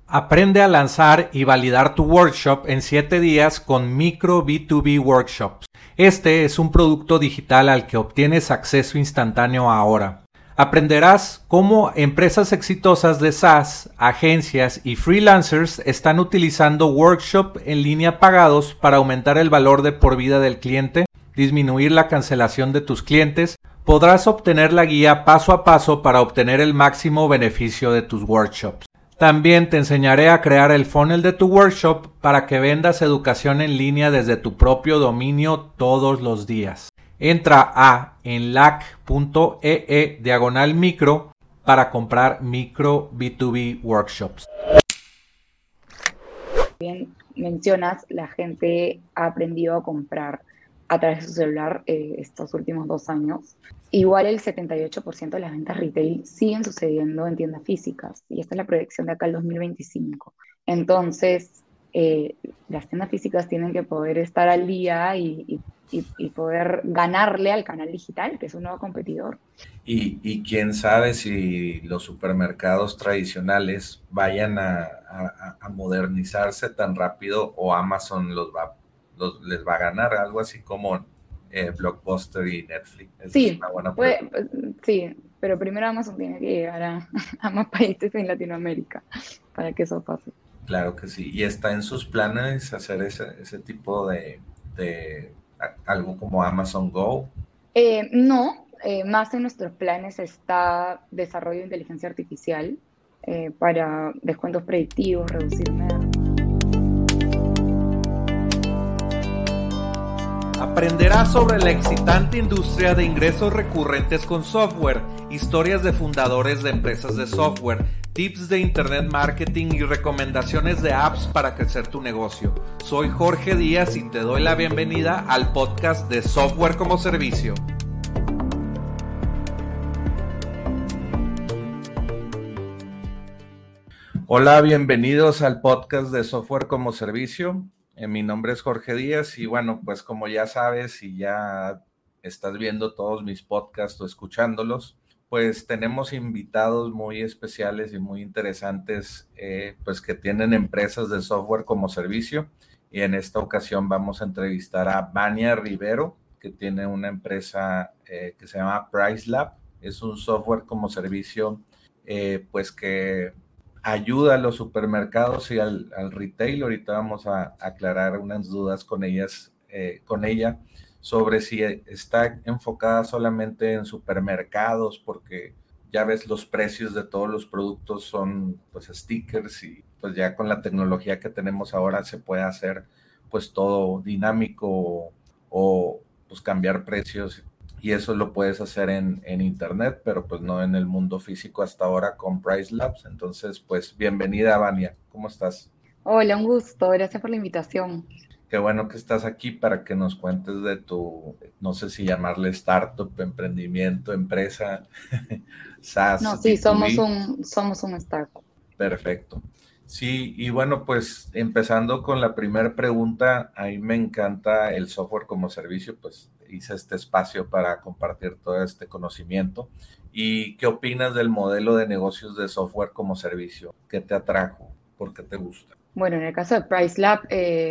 Aprende a lanzar y validar tu workshop en 7 días con Micro B2B Workshops. Este es un producto digital al que obtienes acceso instantáneo ahora. Aprenderás cómo empresas exitosas de SaaS, agencias y freelancers están utilizando workshop en línea pagados para aumentar el valor de por vida del cliente, disminuir la cancelación de tus clientes. Podrás obtener la guía paso a paso para obtener el máximo beneficio de tus workshops. También te enseñaré a crear el funnel de tu workshop para que vendas educación en línea desde tu propio dominio todos los días. Entra a enlac.ee/micro para comprar Micro B2B Workshops. Bien mencionas, la gente ha aprendido a comprar a través de su celular estos últimos 2 años. Igual el 78% de las ventas retail siguen sucediendo en tiendas físicas y esta es la proyección de acá al 2025. Entonces, las tiendas físicas tienen que poder estar al día y poder ganarle al canal digital, que es un nuevo competidor. Y quién sabe si los supermercados tradicionales vayan a modernizarse tan rápido o Amazon les va a ganar, algo así como Blockbuster y Netflix. Esa Sí, es una buena pregunta. sí, pero primero Amazon tiene que llegar a más países en Latinoamérica para que eso pase. Claro que sí. ¿Y está en sus planes hacer ese tipo de algo como Amazon Go? No, más en nuestros planes está desarrollo de inteligencia artificial para descuentos predictivos, reducir mermas. Aprenderás sobre la excitante industria de ingresos recurrentes con software, historias de fundadores de empresas de software, tips de internet marketing y recomendaciones de apps para crecer tu negocio. Soy Jorge Díaz y te doy la bienvenida al podcast de Software como Servicio. Hola, bienvenidos al podcast de Software como Servicio. Mi nombre es Jorge Díaz y bueno, pues como ya sabes y ya estás viendo todos mis podcasts o escuchándolos, pues tenemos invitados muy especiales y muy interesantes, pues que tienen empresas de software como servicio. Y en esta ocasión vamos a entrevistar a Vania Rivero, que tiene una empresa que se llama PriceLab. Es un software como servicio, pues que ayuda a los supermercados y al retail. Ahorita vamos a aclarar unas dudas con ella sobre si está enfocada solamente en supermercados, porque ya ves los precios de todos los productos son pues stickers y pues ya con la tecnología que tenemos ahora se puede hacer pues todo dinámico o pues cambiar precios. Y eso lo puedes hacer en internet, pero pues no en el mundo físico hasta ahora con Price Labs. Entonces, pues bienvenida, Vania. ¿Cómo estás? Hola, un gusto, gracias por la invitación. Qué bueno que estás aquí para que nos cuentes de tu, no sé si llamarle startup, emprendimiento, empresa, No, SaaS, sí, somos B2B. un startup. Perfecto. Sí, y bueno, pues empezando con la primera pregunta, a mí me encanta el software como servicio, pues hice este espacio para compartir todo este conocimiento. ¿Y qué opinas del modelo de negocios de software como servicio? ¿Qué te atrajo? ¿Por qué te gusta? Bueno, en el caso de PriceLab,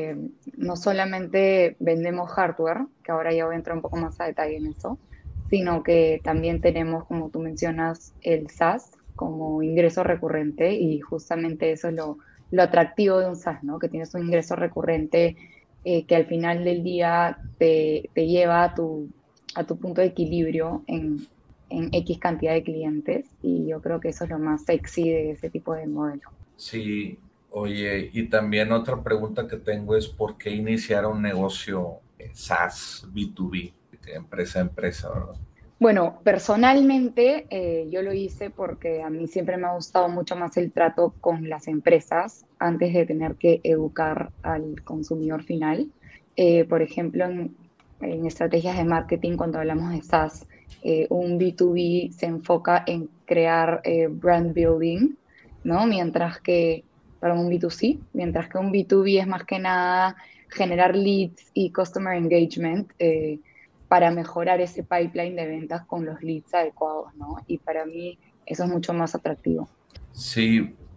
no solamente vendemos hardware, que ahora ya voy a entrar un poco más a detalle en eso, sino que también tenemos, como tú mencionas, el SaaS como ingreso recurrente y justamente eso es lo atractivo de un SaaS, ¿no? Que tienes un ingreso recurrente que al final del día te lleva a tu punto de equilibrio en X cantidad de clientes y yo creo que eso es lo más sexy de ese tipo de modelo. Sí, oye, y también otra pregunta que tengo es ¿por qué iniciar un negocio SaaS B2B, empresa a empresa, ¿verdad? Bueno, personalmente yo lo hice porque a mí siempre me ha gustado mucho más el trato con las empresas antes de tener que educar al consumidor final. Por ejemplo, en estrategias de marketing, cuando hablamos de SaaS, un B2B se enfoca en crear brand building, ¿no? Mientras que, para un B2C, mientras que un B2B es más que nada generar leads y customer engagement. Para mejorar ese pipeline de ventas con los leads adecuados, ¿no? Y para mí eso es mucho más atractivo. Sí,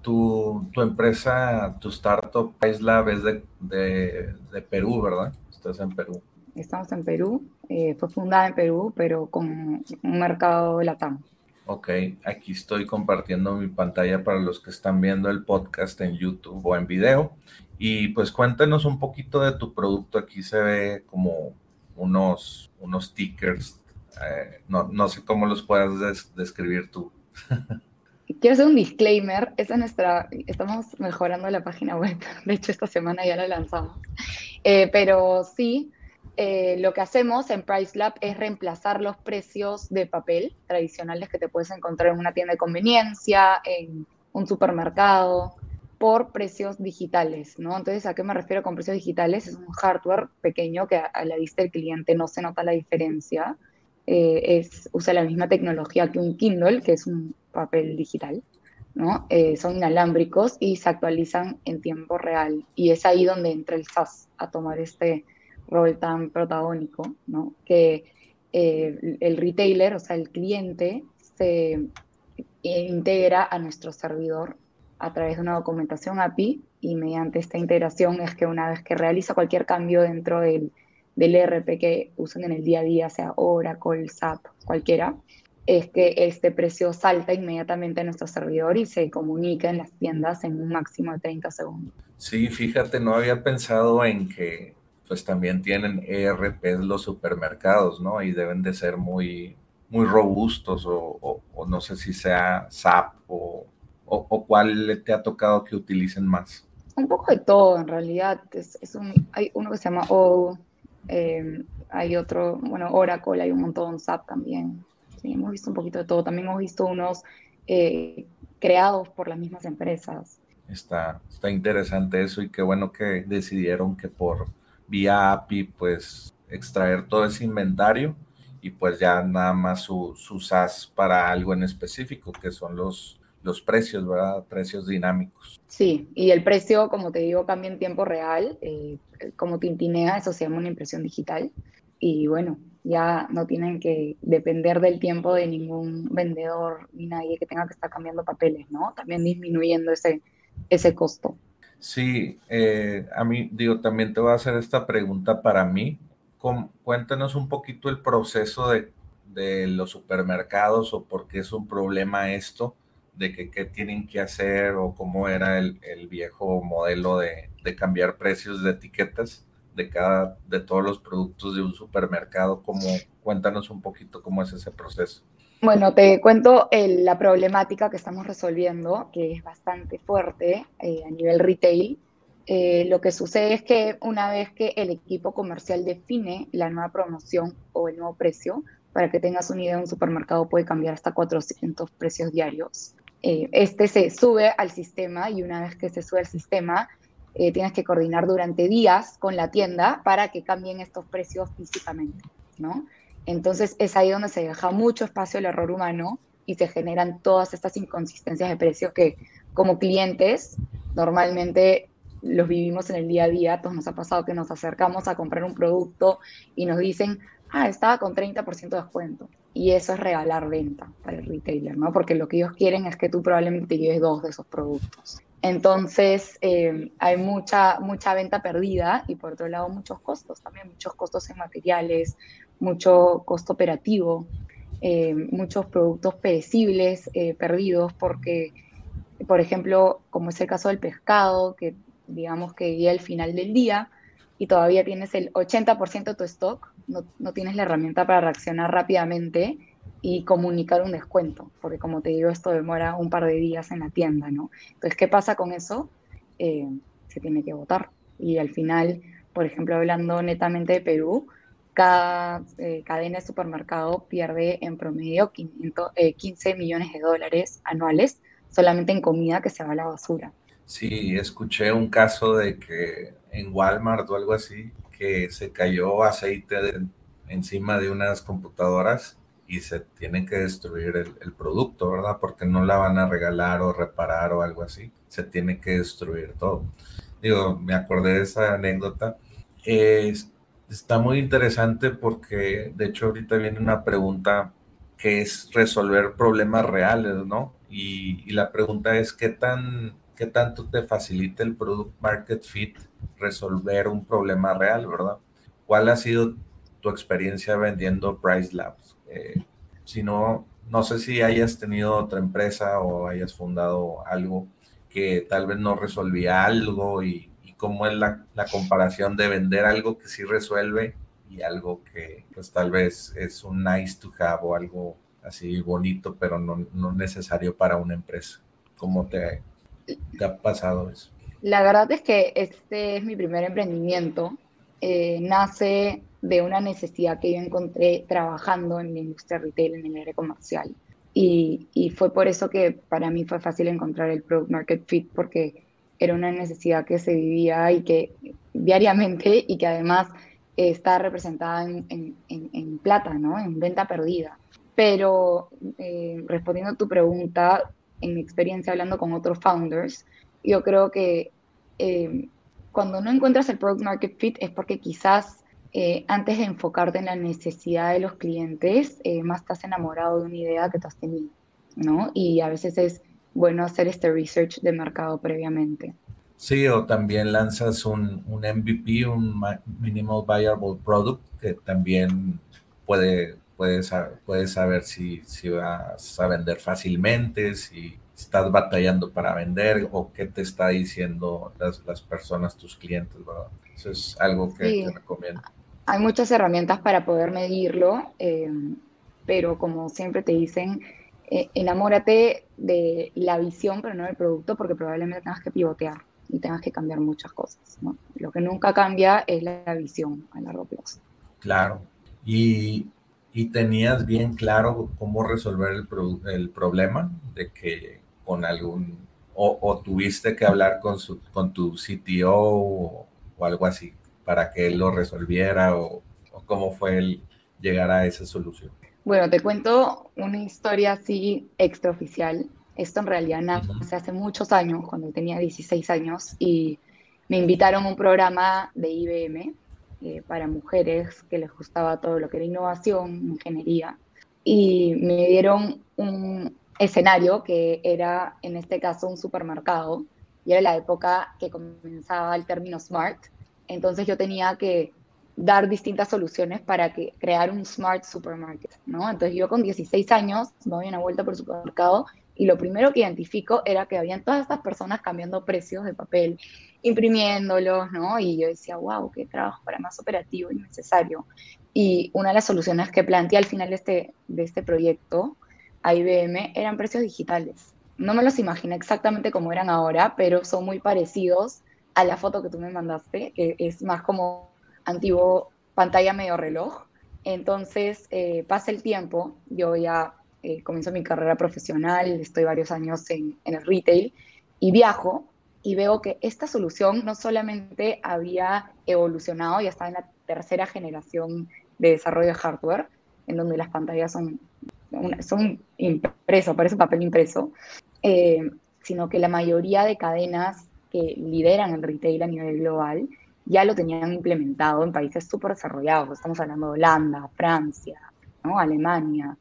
Tu empresa, tu startup PriceLab es de Perú, ¿verdad? Estás en Perú. Estamos en Perú, fue fundada en Perú, pero con un mercado LATAM. Ok, aquí estoy compartiendo mi pantalla para los que están viendo el podcast en YouTube o en video. Y pues cuéntanos un poquito de tu producto. Aquí se ve como unos stickers. No sé cómo los puedas describir tú. Quiero hacer un disclaimer, estamos mejorando la página web, de hecho esta semana ya la lanzamos. Pero sí, lo que hacemos en PriceLab es reemplazar los precios de papel tradicionales que te puedes encontrar en una tienda de conveniencia, en un supermercado, por precios digitales, ¿no? Entonces, ¿a qué me refiero con precios digitales? Es un hardware pequeño que a la vista del cliente no se nota la diferencia. Usa la misma tecnología que un Kindle, que es un papel digital, ¿no? Son inalámbricos y se actualizan en tiempo real. Y es ahí donde entra el SaaS a tomar este rol tan protagónico, ¿no? Que el retailer, o sea, el cliente, se integra a nuestro servidor a través de una documentación API y mediante esta integración es que una vez que realiza cualquier cambio dentro del ERP que usan en el día a día, sea Oracle, SAP, cualquiera, es que este precio salta inmediatamente a nuestro servidor y se comunica en las tiendas en un máximo de 30 segundos. Sí, fíjate, no había pensado en que pues también tienen ERPs los supermercados, ¿no? Y deben de ser muy robustos o no sé si sea SAP o cuál te ha tocado que utilicen más. Un poco de todo, en realidad. Hay uno que se llama O, hay otro, bueno, Oracle, hay un montón, SAP también. Sí, hemos visto un poquito de todo. También hemos visto unos creados por las mismas empresas. Está interesante eso y qué bueno que decidieron que por vía API pues extraer todo ese inventario y pues ya nada más su SaaS para algo en específico que son los precios, ¿verdad? Precios dinámicos. Sí, y el precio, como te digo, cambia en tiempo real, como tintinea, eso se llama una impresión digital. Y bueno, ya no tienen que depender del tiempo de ningún vendedor ni nadie que tenga que estar cambiando papeles, ¿no? También disminuyendo ese costo. Sí, a mí, digo, también te voy a hacer esta pregunta para mí. Cuéntanos un poquito el proceso de los supermercados o por qué es un problema esto, de que qué tienen que hacer o cómo era el viejo modelo de cambiar precios de etiquetas de todos los productos de un supermercado. Cuéntanos un poquito cómo es ese proceso. Bueno, te cuento la problemática que estamos resolviendo, que es bastante fuerte a nivel retail. Lo que sucede es que una vez que el equipo comercial define la nueva promoción o el nuevo precio, para que tengas una idea, un supermercado puede cambiar hasta 400 precios diarios. Este se sube al sistema y una vez que se sube al sistema, tienes que coordinar durante días con la tienda para que cambien estos precios físicamente, ¿no? Entonces es ahí donde se deja mucho espacio al error humano y se generan todas estas inconsistencias de precios que como clientes normalmente los vivimos en el día a día. A todos nos ha pasado que nos acercamos a comprar un producto y nos dicen, estaba con 30% de descuento. Y eso es regalar venta para el retailer, ¿no? Porque lo que ellos quieren es que tú probablemente te lleves 2 de esos productos. Entonces, hay mucha venta perdida y por otro lado muchos costos también, muchos costos en materiales, mucho costo operativo, muchos productos predecibles perdidos porque, por ejemplo, como es el caso del pescado, que digamos que llega al final del día y todavía tienes el 80% de tu stock, no tienes la herramienta para reaccionar rápidamente y comunicar un descuento, porque como te digo, esto demora un par de días en la tienda, ¿no? Entonces, ¿qué pasa con eso? Se tiene que votar. Y al final, por ejemplo, hablando netamente de Perú, cada cadena de supermercado pierde en promedio 15 millones de dólares anuales solamente en comida que se va a la basura. Sí, escuché un caso de que en Walmart o algo así, que se cayó aceite encima de unas computadoras y se tiene que destruir el producto, ¿verdad? Porque no la van a regalar o reparar o algo así. Se tiene que destruir todo. Digo, me acordé de esa anécdota. Está muy interesante porque, de hecho, ahorita viene una pregunta que es resolver problemas reales, ¿no? Y la pregunta es, qué tanto te facilita el Product Market Fit resolver un problema real, ¿verdad? ¿Cuál ha sido tu experiencia vendiendo Price Labs? Si no, no sé si hayas tenido otra empresa o hayas fundado algo que tal vez no resolvía algo y cómo es la comparación de vender algo que sí resuelve y algo que pues tal vez es un nice to have o algo así bonito, pero no necesario para una empresa. ¿Cómo te ha pasado eso? La verdad es que este es mi primer emprendimiento. Nace de una necesidad que yo encontré trabajando en la industria retail, en el área comercial. Y fue por eso que para mí fue fácil encontrar el Product Market Fit, porque era una necesidad que se vivía y que diariamente y que además está representada en plata, ¿no? En venta perdida. Pero respondiendo a tu pregunta, en mi experiencia hablando con otros founders, yo creo que eh, cuando no encuentras el product market fit es porque quizás antes de enfocarte en la necesidad de los clientes, más estás enamorado de una idea que tú has tenido, ¿no? Y a veces es bueno hacer este research de mercado previamente. Sí, o también lanzas un MVP, Minimal Viable Product, que también puedes saber si vas a vender fácilmente, si estás batallando para vender o qué te está diciendo las personas, tus clientes, ¿verdad? Eso es algo que Sí, recomiendo. hay muchas herramientas para poder medirlo, pero como siempre te dicen, enamórate de la visión, pero no del producto, porque probablemente tengas que pivotear y tengas que cambiar muchas cosas, ¿no? Lo que nunca cambia es la visión a largo plazo. Claro. Y, y tenías bien claro cómo resolver el problema de que con o tuviste que hablar con tu CTO o algo así para que él lo resolviera o cómo fue el llegar a esa solución. Bueno, te cuento una historia así extraoficial. Esto en realidad Ujú. nace hace muchos años, cuando tenía 16 años, y me invitaron a un programa de IBM para mujeres que les gustaba todo lo que era innovación, ingeniería, y me dieron un escenario que era, en este caso, un supermercado, y era la época que comenzaba el término smart. Entonces yo tenía que dar distintas soluciones para crear un smart supermarket, ¿no? Entonces yo con 16 años me doy una vuelta por el supermercado y lo primero que identifico era que habían todas estas personas cambiando precios de papel, imprimiéndolos, ¿no? Y yo decía, wow, qué trabajo para más operativo y necesario. Y una de las soluciones que planteé al final de este proyecto a IBM eran precios digitales. No me los imaginé exactamente como eran ahora, pero son muy parecidos a la foto que tú me mandaste, que es más como antiguo pantalla medio reloj. Entonces, pasa el tiempo, yo ya comienzo mi carrera profesional, estoy varios años en el retail y viajo y veo que esta solución no solamente había evolucionado, ya estaba en la tercera generación de desarrollo de hardware, en donde las pantallas son impreso, parece un papel impreso, eh, sino que la mayoría de cadenas que lideran el retail a nivel global ya lo tenían implementado en países súper desarrollados. Estamos hablando de Holanda, Francia, ¿no? Alemania.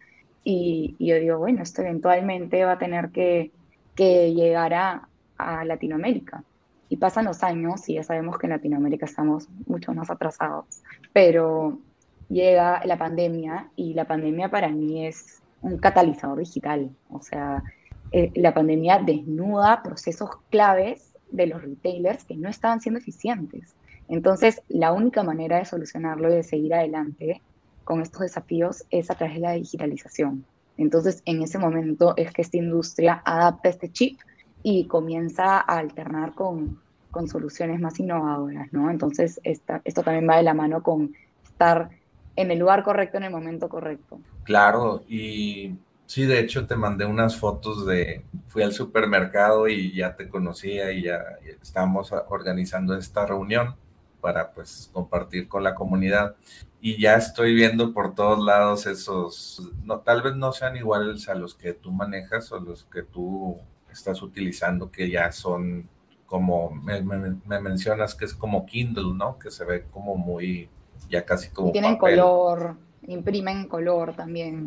Y yo digo, bueno, esto eventualmente va a tener que llegar a Latinoamérica. Y pasan los años y ya sabemos que en Latinoamérica estamos mucho más atrasados. Pero llega la pandemia y la pandemia para mí es un catalizador digital. O sea, la pandemia desnuda procesos claves de los retailers que no estaban siendo eficientes. Entonces, la única manera de solucionarlo y de seguir adelante con estos desafíos es a través de la digitalización. Entonces, en ese momento es que esta industria adapta este chip y comienza a alternar con soluciones más innovadoras, ¿no? Entonces, esto también va de la mano con estar en el lugar correcto en el momento correcto. Claro, y sí, de hecho te mandé unas fotos fui al supermercado y ya te conocía y ya estábamos organizando esta reunión para pues compartir con la comunidad y ya estoy viendo por todos lados esos, no, tal vez no sean iguales a los que tú manejas o los que tú estás utilizando, que ya son como, me mencionas que es como Kindle, ¿no? Que se ve como muy, ya casi Y como tienen papel. color, imprimen color también.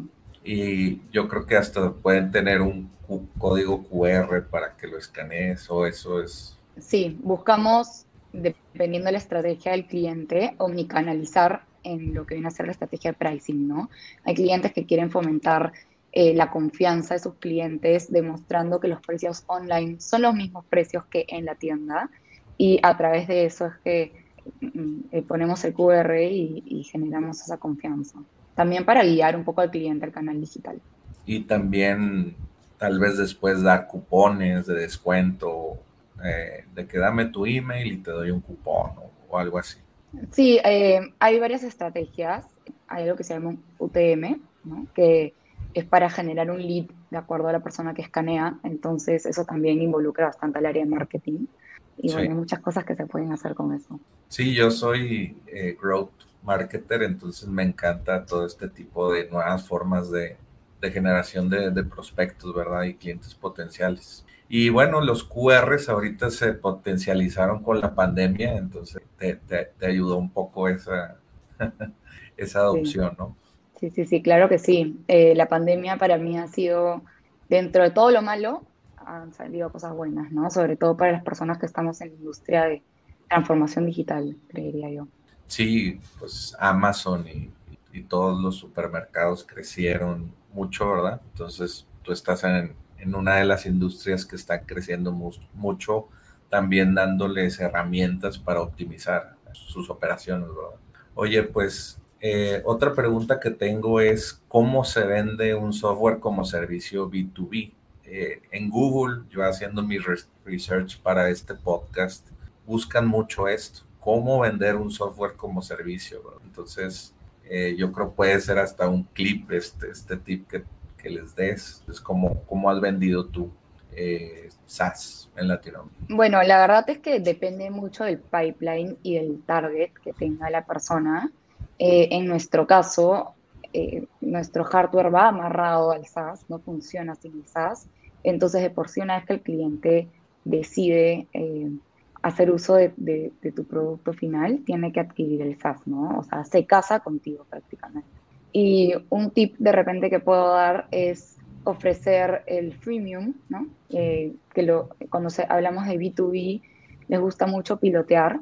y yo creo que hasta pueden tener un código QR para que lo escanees o eso es... Sí, buscamos, dependiendo de la estrategia del cliente, omnicanalizar en lo que viene a ser la estrategia de pricing, ¿no? Hay clientes que quieren fomentar la confianza de sus clientes, demostrando que los precios online son los mismos precios que en la tienda, y a través de eso es que ponemos el QR y generamos esa confianza. También para guiar un poco al cliente al canal digital. Y también tal vez después dar cupones de descuento, de que dame tu email y te doy un cupón o algo así. Sí, hay varias estrategias. Hay algo que se llama un UTM, ¿no? Que es para generar un lead de acuerdo a la persona que escanea. Entonces, eso también involucra bastante al área de marketing. Y Sí, bueno, hay muchas cosas que se pueden hacer con eso. sí, yo soy growth marketer, entonces me encanta todo este tipo de nuevas formas de generación de prospectos, ¿verdad? Y clientes potenciales. Y bueno, los QRs ahorita se potencializaron con la pandemia, entonces te ayudó un poco esa Sí, adopción, ¿no? sí, sí, sí, claro que sí. La pandemia para mí ha sido, dentro de todo lo malo, han salido cosas buenas, ¿no? Sobre todo para las personas que estamos en la industria de transformación digital, creería yo. Sí, pues Amazon y todos los supermercados crecieron mucho, ¿verdad? Entonces tú estás en una de las industrias que están creciendo mucho, también dándoles herramientas para optimizar sus operaciones, ¿verdad? Oye, pues otra pregunta que tengo es, ¿cómo se vende un software como servicio B2B? En Google, yo haciendo mi research para este podcast, buscan mucho esto, cómo vender un software como servicio, ¿verdad? Entonces, yo creo puede ser hasta un clip, este tip que les des, es cómo has vendido tú SaaS en Latinoamérica. Bueno, la verdad es que depende mucho del pipeline y del target que tenga la persona. En nuestro caso, nuestro hardware va amarrado al SaaS, no funciona sin el SaaS. Entonces, de por sí, una vez que el cliente decide hacer uso de tu producto final, tiene que adquirir el SaaS, ¿no? O sea, se casa contigo prácticamente. Y un tip de repente que puedo dar es ofrecer el freemium, ¿no? Cuando hablamos de B2B, les gusta mucho pilotear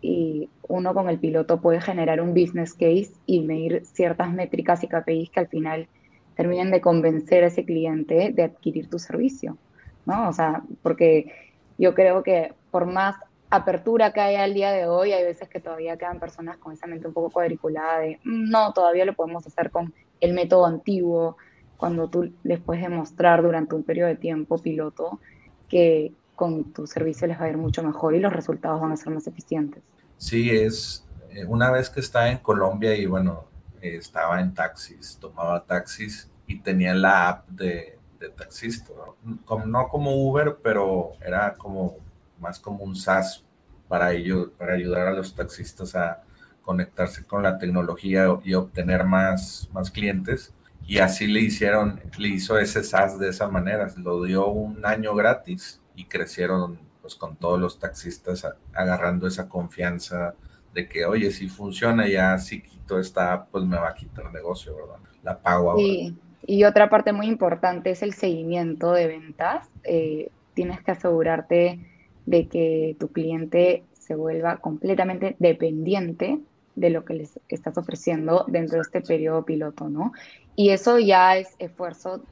y uno con el piloto puede generar un business case y medir ciertas métricas y KPIs que al final terminen de convencer a ese cliente de adquirir tu servicio, ¿no? O sea, porque yo creo que por más apertura que haya al día de hoy, hay veces que todavía quedan personas con esa mente un poco cuadriculada de, no, todavía lo podemos hacer con el método antiguo, cuando tú les puedes demostrar durante un periodo de tiempo piloto que con tu servicio les va a ir mucho mejor y los resultados van a ser más eficientes. Sí, es una vez que estaba en Colombia y bueno, estaba en taxis, tomaba taxis y tenía la app de taxista, ¿no? No como Uber, pero era como más como un SaaS para ello, para ayudar a los taxistas a conectarse con la tecnología y obtener más clientes. Y así le hizo ese SaaS de esa manera, lo dio un año gratis y crecieron pues con todos los taxistas agarrando esa confianza de que, oye, si funciona ya, si quito esta app, pues me va a quitar negocio, ¿verdad? La pago ahora. Y otra parte muy importante es el seguimiento de ventas. Tienes que asegurarte de que tu cliente se vuelva completamente dependiente de lo que les estás ofreciendo dentro de este periodo piloto, ¿no? Y eso ya es esfuerzo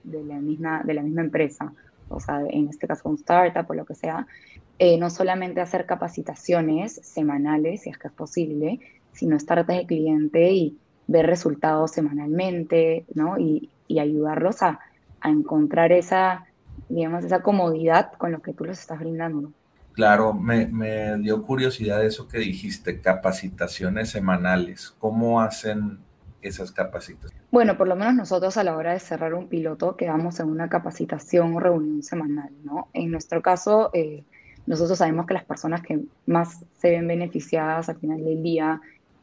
de la misma empresa, o sea, en este caso un startup o lo que sea, no solamente hacer capacitaciones semanales, si es que es posible, sino estar atrás del cliente y ver resultados semanalmente, ¿no? Y ayudarlos a encontrar esa, digamos, esa comodidad con lo que tú les estás brindando. Claro, me dio curiosidad eso que dijiste, capacitaciones semanales. ¿Cómo hacen esas capacitaciones? Bueno, por lo menos nosotros a la hora de cerrar un piloto quedamos en una capacitación o reunión semanal, ¿no? En nuestro caso, nosotros sabemos que las personas que más se ven beneficiadas al final del día,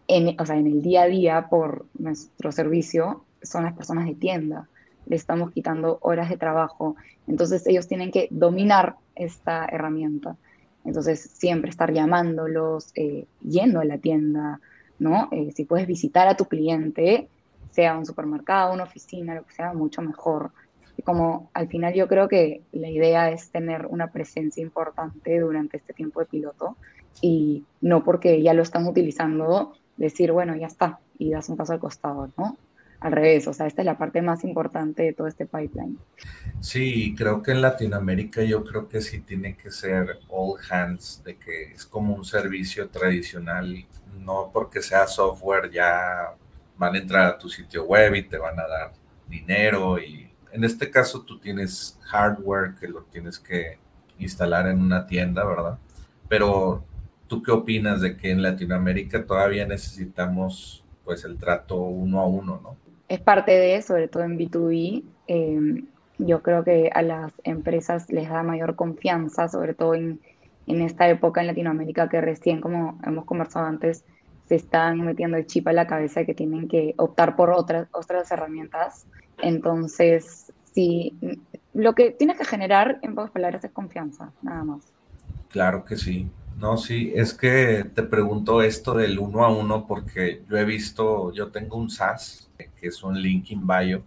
o sea, en el día a día por nuestro servicio, son las personas de tienda. Les estamos quitando horas de trabajo. Entonces ellos tienen que dominar esta herramienta. Entonces siempre estar llamándolos, yendo a la tienda, ¿no? Si puedes visitar a tu cliente sea un supermercado, una oficina, lo que sea, mucho mejor. Y como al final yo creo que la idea es tener una presencia importante durante este tiempo de piloto y no porque ya lo están utilizando, decir, bueno, ya está, y das un paso al costado, ¿no? Al revés, o sea, esta es la parte más importante de todo este pipeline. Sí, creo que en Latinoamérica yo creo que sí tiene que ser all hands, de que es como un servicio tradicional, no porque sea software ya van a entrar a tu sitio web y te van a dar dinero y en este caso tú tienes hardware que lo tienes que instalar en una tienda, ¿verdad? Pero ¿tú qué opinas de que en Latinoamérica todavía necesitamos pues el trato uno a uno, ¿no? Es parte de, sobre todo en B2B, yo creo que a las empresas les da mayor confianza, sobre todo en esta época en Latinoamérica que recién, como hemos conversado antes, se están metiendo el chip a la cabeza de que tienen que optar por otras herramientas. Entonces, sí, lo que tienes que generar, en pocas palabras, es confianza, nada más. Claro que sí. No, sí, es que te pregunto esto del uno a uno porque yo he visto, yo tengo un SaaS, que es un link in bio,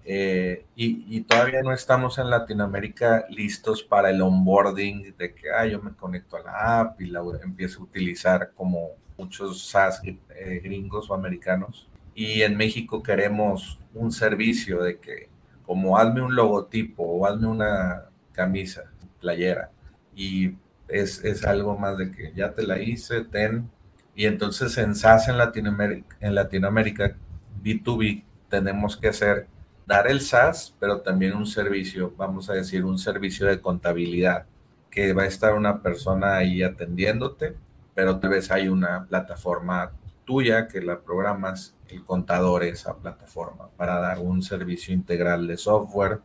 y todavía no estamos en Latinoamérica listos para el onboarding de que yo me conecto a la app y la empiezo a utilizar como muchos SaaS gringos o americanos. Y en México queremos un servicio de que como hazme un logotipo o hazme una camisa, playera, y es algo más de que ya te la hice, ten. Y entonces en SaaS en Latinoamérica B2B tenemos que hacer, dar el SaaS, pero también un servicio, vamos a decir, un servicio de contabilidad, que va a estar una persona ahí atendiéndote, pero tal vez hay una plataforma tuya que la programas, el contador esa plataforma para dar un servicio integral de software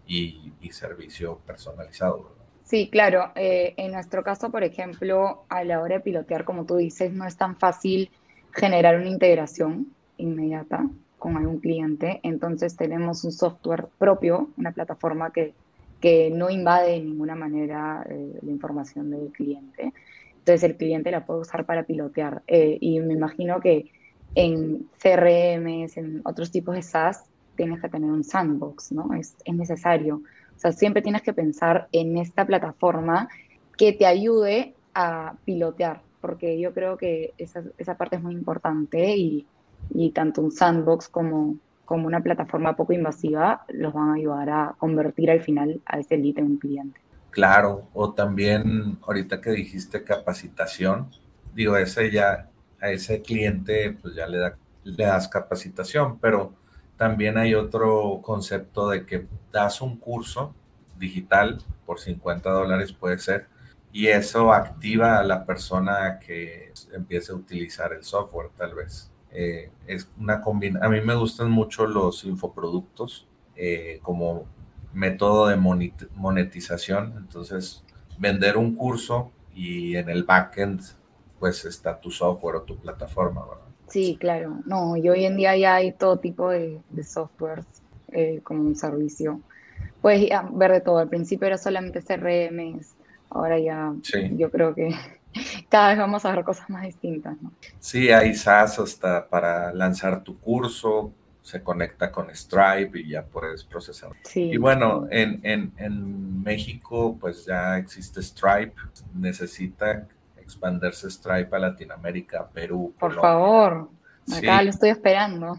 y servicio personalizado, ¿verdad? Sí, claro. En nuestro caso, por ejemplo, a la hora de pilotear, como tú dices, no es tan fácil generar una integración inmediata con algún cliente. Entonces tenemos un software propio, una plataforma que no invade de ninguna manera la información del cliente. Entonces el cliente la puede usar para pilotear. Y me imagino que en CRMs, en otros tipos de SaaS, tienes que tener un sandbox, ¿no? Es necesario. O sea, siempre tienes que pensar en esta plataforma que te ayude a pilotear, porque yo creo que esa parte es muy importante y tanto un sandbox como una plataforma poco invasiva los van a ayudar a convertir al final a ese lead en un cliente. Claro, o también ahorita que dijiste capacitación, digo, ese ya, a ese cliente pues ya le das capacitación, pero también hay otro concepto de que das un curso digital por $50 puede ser, y eso activa a la persona que empiece a utilizar el software tal vez. Es una combinación, a mí me gustan mucho los infoproductos, como método de monetización. Entonces, vender un curso y en el backend, pues está tu software o tu plataforma, ¿verdad? Sí, claro. No, y hoy en día ya hay todo tipo de softwares como un servicio. Puedes ya ver de todo. Al principio era solamente CRMs, ahora ya Sí, yo creo que cada vez vamos a ver cosas más distintas, ¿no? sí, hay SaaS hasta para lanzar tu curso, se conecta con Stripe y ya puedes procesar. Y Sí, bueno, sí. en México, pues ya existe Stripe, necesita expandirse Stripe a Latinoamérica, Perú, Por Colombia. favor, acá Sí, lo estoy esperando.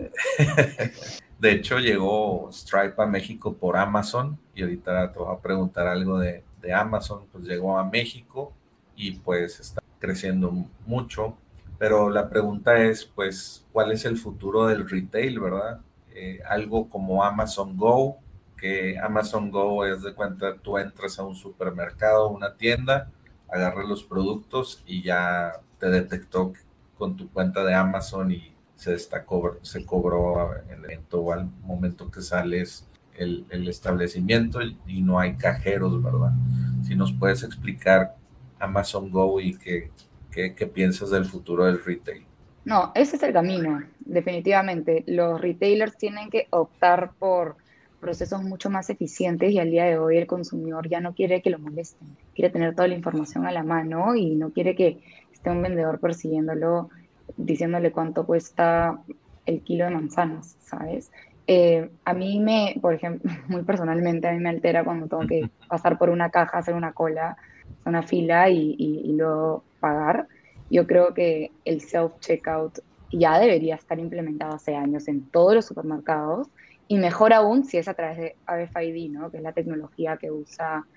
de hecho, llegó Stripe a México por Amazon y ahorita te voy a preguntar algo de Amazon. Pues llegó a México y pues está creciendo mucho. Pero la pregunta es, pues, ¿cuál es el futuro del retail, verdad? Algo como Amazon Go, que Amazon Go es de cuenta, tú entras a un supermercado, una tienda, agarras los productos y ya te detectó con tu cuenta de Amazon y se cobró en el evento o al momento que sales el establecimiento y no hay cajeros, ¿verdad? Si nos puedes explicar Amazon Go y qué piensas del futuro del retail. No, ese es el camino, definitivamente. Los retailers tienen que optar por procesos mucho más eficientes y al día de hoy el consumidor ya no quiere que lo molesten, quiere tener toda la información a la mano y no quiere que esté un vendedor persiguiéndolo, diciéndole cuánto cuesta el kilo de manzanas, ¿sabes? A mí por ejemplo, muy personalmente, a mí me altera cuando tengo que pasar por una caja, hacer una cola, hacer una fila y luego pagar. Yo creo que el self-checkout ya debería estar implementado hace años en todos los supermercados y mejor aún si es a través de RFID, ¿no? Que es la tecnología que usa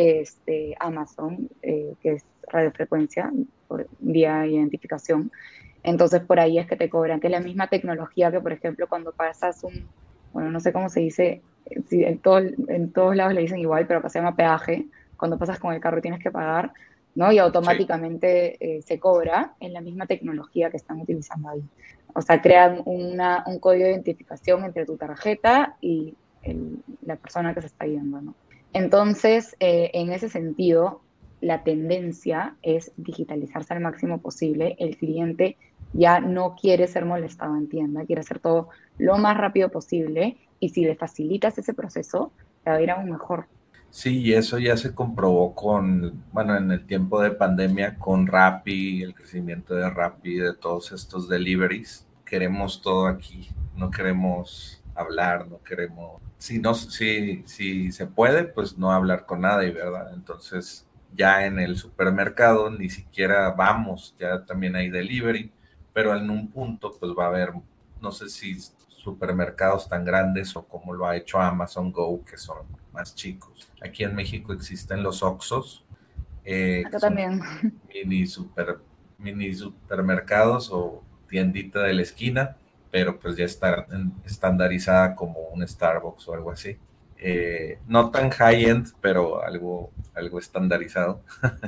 Amazon, que es radiofrecuencia por vía identificación. Entonces por ahí es que te cobran, que es la misma tecnología que, por ejemplo, cuando pasas bueno, no sé cómo se dice, si en todos lados le dicen igual, pero acá se llama peaje, cuando pasas con el carro tienes que pagar, ¿no? Y Sí. automáticamente se cobra en la misma tecnología que están utilizando ahí. O sea, crean un código de identificación entre tu tarjeta y la persona que se está yendo, ¿no? Entonces, en ese sentido, la tendencia es digitalizarse al máximo posible. El cliente ya no quiere ser molestado en tienda, quiere hacer todo lo más rápido posible y si le facilitas ese proceso, te va a ir aún mejor. Sí, y eso ya se comprobó bueno, en el tiempo de pandemia con Rappi, el crecimiento de Rappi, de todos estos deliveries. Queremos todo aquí, no queremos hablar, no queremos, si no, si se puede, pues no hablar con nadie, ¿verdad? Entonces, ya en el supermercado ni siquiera vamos, ya también hay delivery, pero en un punto, pues va a haber, no sé si supermercados tan grandes o como lo ha hecho Amazon Go, que son más chicos. Aquí en México existen los Oxxos, que Acá son también. mini, super, mini supermercados o tiendita de la esquina, pero pues ya está estandarizada como un Starbucks o algo así. No tan high-end, pero algo estandarizado.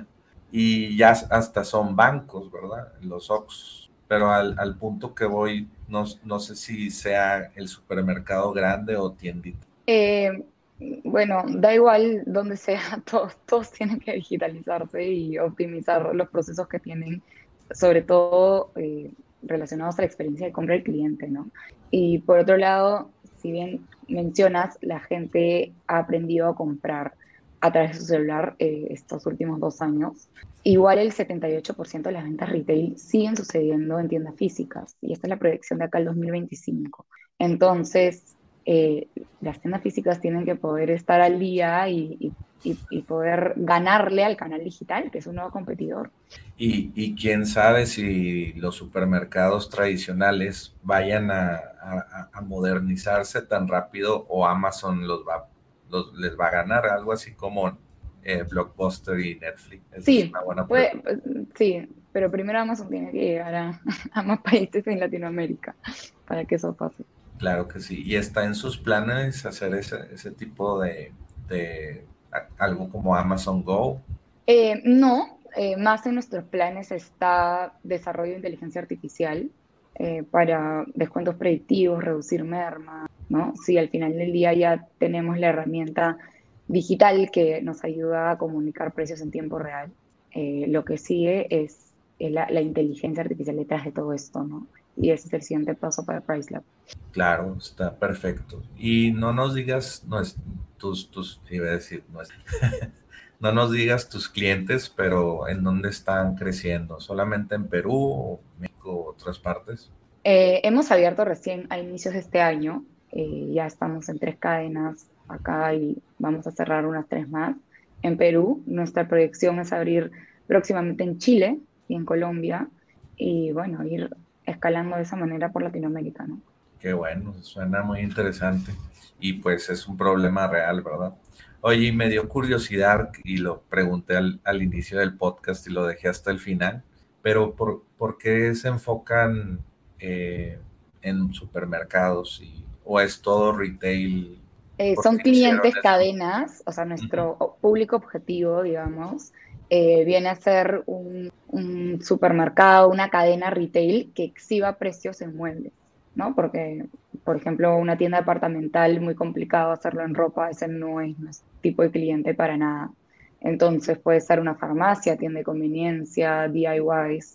Y ya hasta son bancos, ¿verdad? Los Oxxos. Pero al punto que voy, no sé si sea el supermercado grande o tiendita. Eh, bueno, da igual donde sea, todos tienen que digitalizarse y optimizar los procesos que tienen, sobre todo relacionados a la experiencia de compra del cliente, ¿no? Y por otro lado, si bien mencionas, la gente ha aprendido a comprar a través de su celular estos últimos 2 años, igual el 78% de las ventas retail siguen sucediendo en tiendas físicas y esta es la proyección de acá al 2025. Entonces, las tiendas físicas tienen que poder estar al día y poder ganarle al canal digital, que es un nuevo competidor. Y quién sabe si los supermercados tradicionales vayan a modernizarse tan rápido o Amazon les va a ganar, algo así como Blockbuster y Netflix. Esa es una Sí, buena pregunta. sí, pero primero Amazon tiene que llegar a más países en Latinoamérica para que eso pase. Claro que sí. ¿Y está en sus planes hacer ese tipo de algo como Amazon Go? No, más en nuestros planes está desarrollo de inteligencia artificial para descuentos predictivos, reducir merma, ¿no? Si al final del día ya tenemos la herramienta digital que nos ayuda a comunicar precios en tiempo real, lo que sigue es la inteligencia artificial detrás de todo esto, ¿no? Y ese es el siguiente paso para PriceLab. Claro, está perfecto. Y no nos digas, no es, iba a decir, no es, no nos digas tus clientes, pero ¿en dónde están creciendo? ¿Solamente en Perú o México o otras partes? Hemos abierto recién a inicios de este año, ya estamos en 3 cadenas acá y vamos a cerrar unas 3 más. En Perú, nuestra proyección es abrir próximamente en Chile y en Colombia y bueno, ir escalando de esa manera por Latinoamérica, ¿no? Qué bueno, suena muy interesante y pues es un problema real, ¿verdad? Oye, y me dio curiosidad y lo pregunté al inicio del podcast y lo dejé hasta el final, pero ¿por qué se enfocan en supermercados o es todo retail? ¿Por Son qué hicieron clientes eso? cadenas, o sea, Ujú. nuestro público objetivo, digamos, viene a ser un supermercado, una cadena retail que exhiba precios en muebles, ¿no? Porque, por ejemplo, una tienda departamental, muy complicado hacerlo en ropa, ese no es nuestro tipo de cliente para nada. Entonces puede ser una farmacia, tienda de conveniencia, DIYs,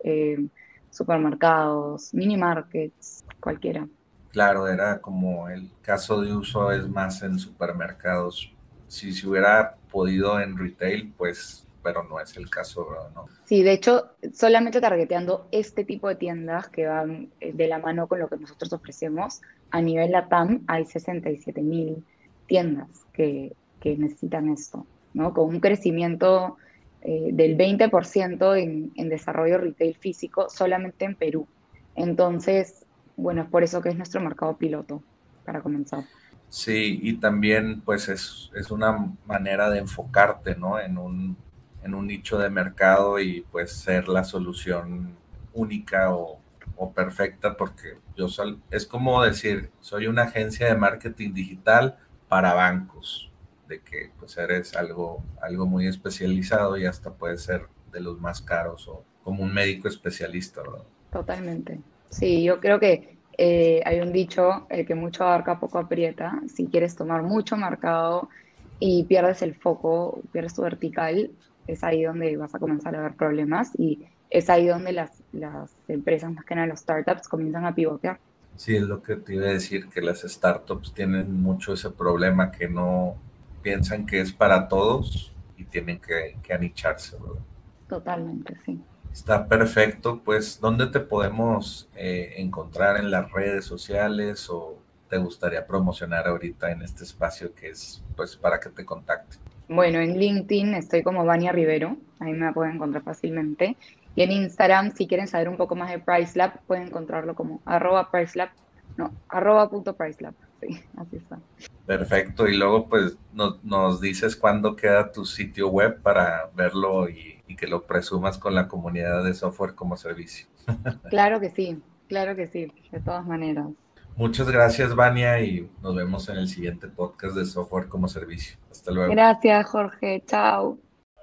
supermercados, mini markets, cualquiera. Claro, era como el caso de uso es más en supermercados. Si se hubiera podido en retail, pues pero no es el caso, ¿no? Sí, de hecho, solamente targeteando este tipo de tiendas que van de la mano con lo que nosotros ofrecemos, a nivel LATAM hay 67.000 tiendas que necesitan esto, ¿no? Con un crecimiento del 20% en desarrollo retail físico solamente en Perú. Entonces, bueno, es por eso que es nuestro mercado piloto, para comenzar. Sí, y también pues es una manera de enfocarte, ¿no? En un nicho de mercado y pues ser la solución única o perfecta, porque es como decir, soy una agencia de marketing digital para bancos, de que pues eres algo muy especializado y hasta puede ser de los más caros o como un médico especialista, ¿verdad? Totalmente. Sí, yo creo que hay un dicho, el que mucho abarca poco aprieta. Si quieres tomar mucho mercado y pierdes el foco, pierdes tu vertical, es ahí donde vas a comenzar a ver problemas y es ahí donde las empresas, más que nada los startups, comienzan a pivotear. Sí, es lo que te iba a decir, que las startups tienen mucho ese problema, que no piensan que es para todos y tienen que anicharse, ¿verdad? Totalmente, sí. Está perfecto, pues, ¿dónde te podemos encontrar en las redes sociales o te gustaría promocionar ahorita en este espacio que es, pues, para que te contacten? Bueno, en LinkedIn estoy como Vania Rivero, ahí me pueden encontrar fácilmente. Y en Instagram, si quieren saber un poco más de PriceLab, pueden encontrarlo como @PriceLab, no, @.PriceLab, sí, así está. Perfecto, y luego pues nos dices cuándo queda tu sitio web para verlo y que lo presumas con la comunidad de software como servicio. Claro que sí, de todas maneras. Muchas gracias, Vania, y nos vemos en el siguiente podcast de software como servicio. Hasta luego. Gracias, Jorge, chao.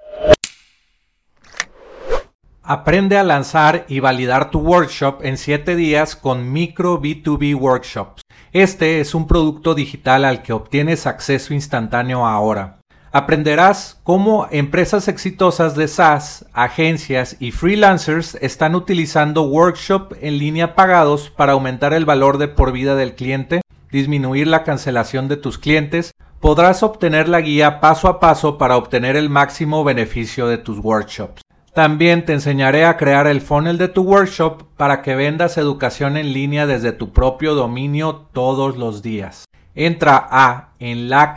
Aprende a lanzar y validar tu workshop en 7 días con Micro B2B Workshops. Este es un producto digital al que obtienes acceso instantáneo ahora. Aprenderás cómo empresas exitosas de SaaS, agencias y freelancers están utilizando workshop en línea pagados para aumentar el valor de por vida del cliente, disminuir la cancelación de tus clientes. Podrás obtener la guía paso a paso para obtener el máximo beneficio de tus workshops. También te enseñaré a crear el funnel de tu workshop para que vendas educación en línea desde tu propio dominio todos los días. Entra a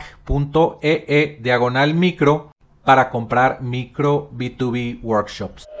enlac.ee/micro para comprar Micro B2B Workshops.